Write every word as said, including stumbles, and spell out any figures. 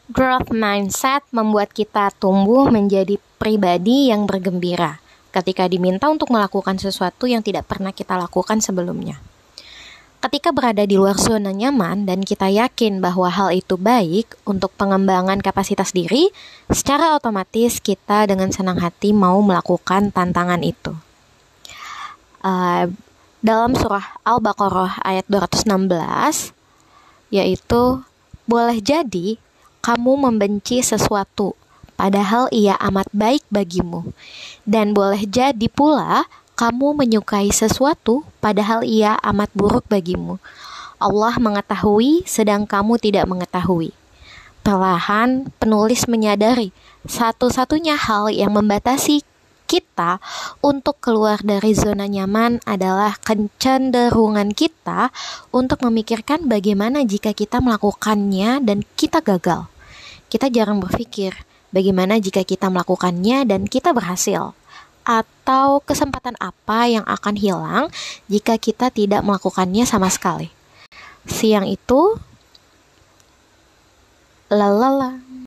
Growth mindset membuat kita tumbuh menjadi pribadi yang bergembira ketika diminta untuk melakukan sesuatu yang tidak pernah kita lakukan sebelumnya. Ketika berada di luar zona nyaman dan kita yakin bahwa hal itu baik untuk pengembangan kapasitas diri, secara otomatis kita dengan senang hati mau melakukan tantangan itu. Uh, dalam surah Al-Baqarah ayat dua ratus enam belas, yaitu boleh jadi kamu membenci sesuatu, padahal ia amat baik bagimu. Dan boleh jadi pula kamu menyukai sesuatu, padahal ia amat buruk bagimu. Allah mengetahui, sedang kamu tidak mengetahui. Perlahan, penulis menyadari satu-satunya hal yang membatasi kita untuk keluar dari zona nyaman adalah kecenderungan kita untuk memikirkan bagaimana jika kita melakukannya dan kita gagal. Kita jarang berpikir bagaimana jika kita melakukannya dan kita berhasil, atau kesempatan apa yang akan hilang jika kita tidak melakukannya sama sekali. Siang itu, lalala.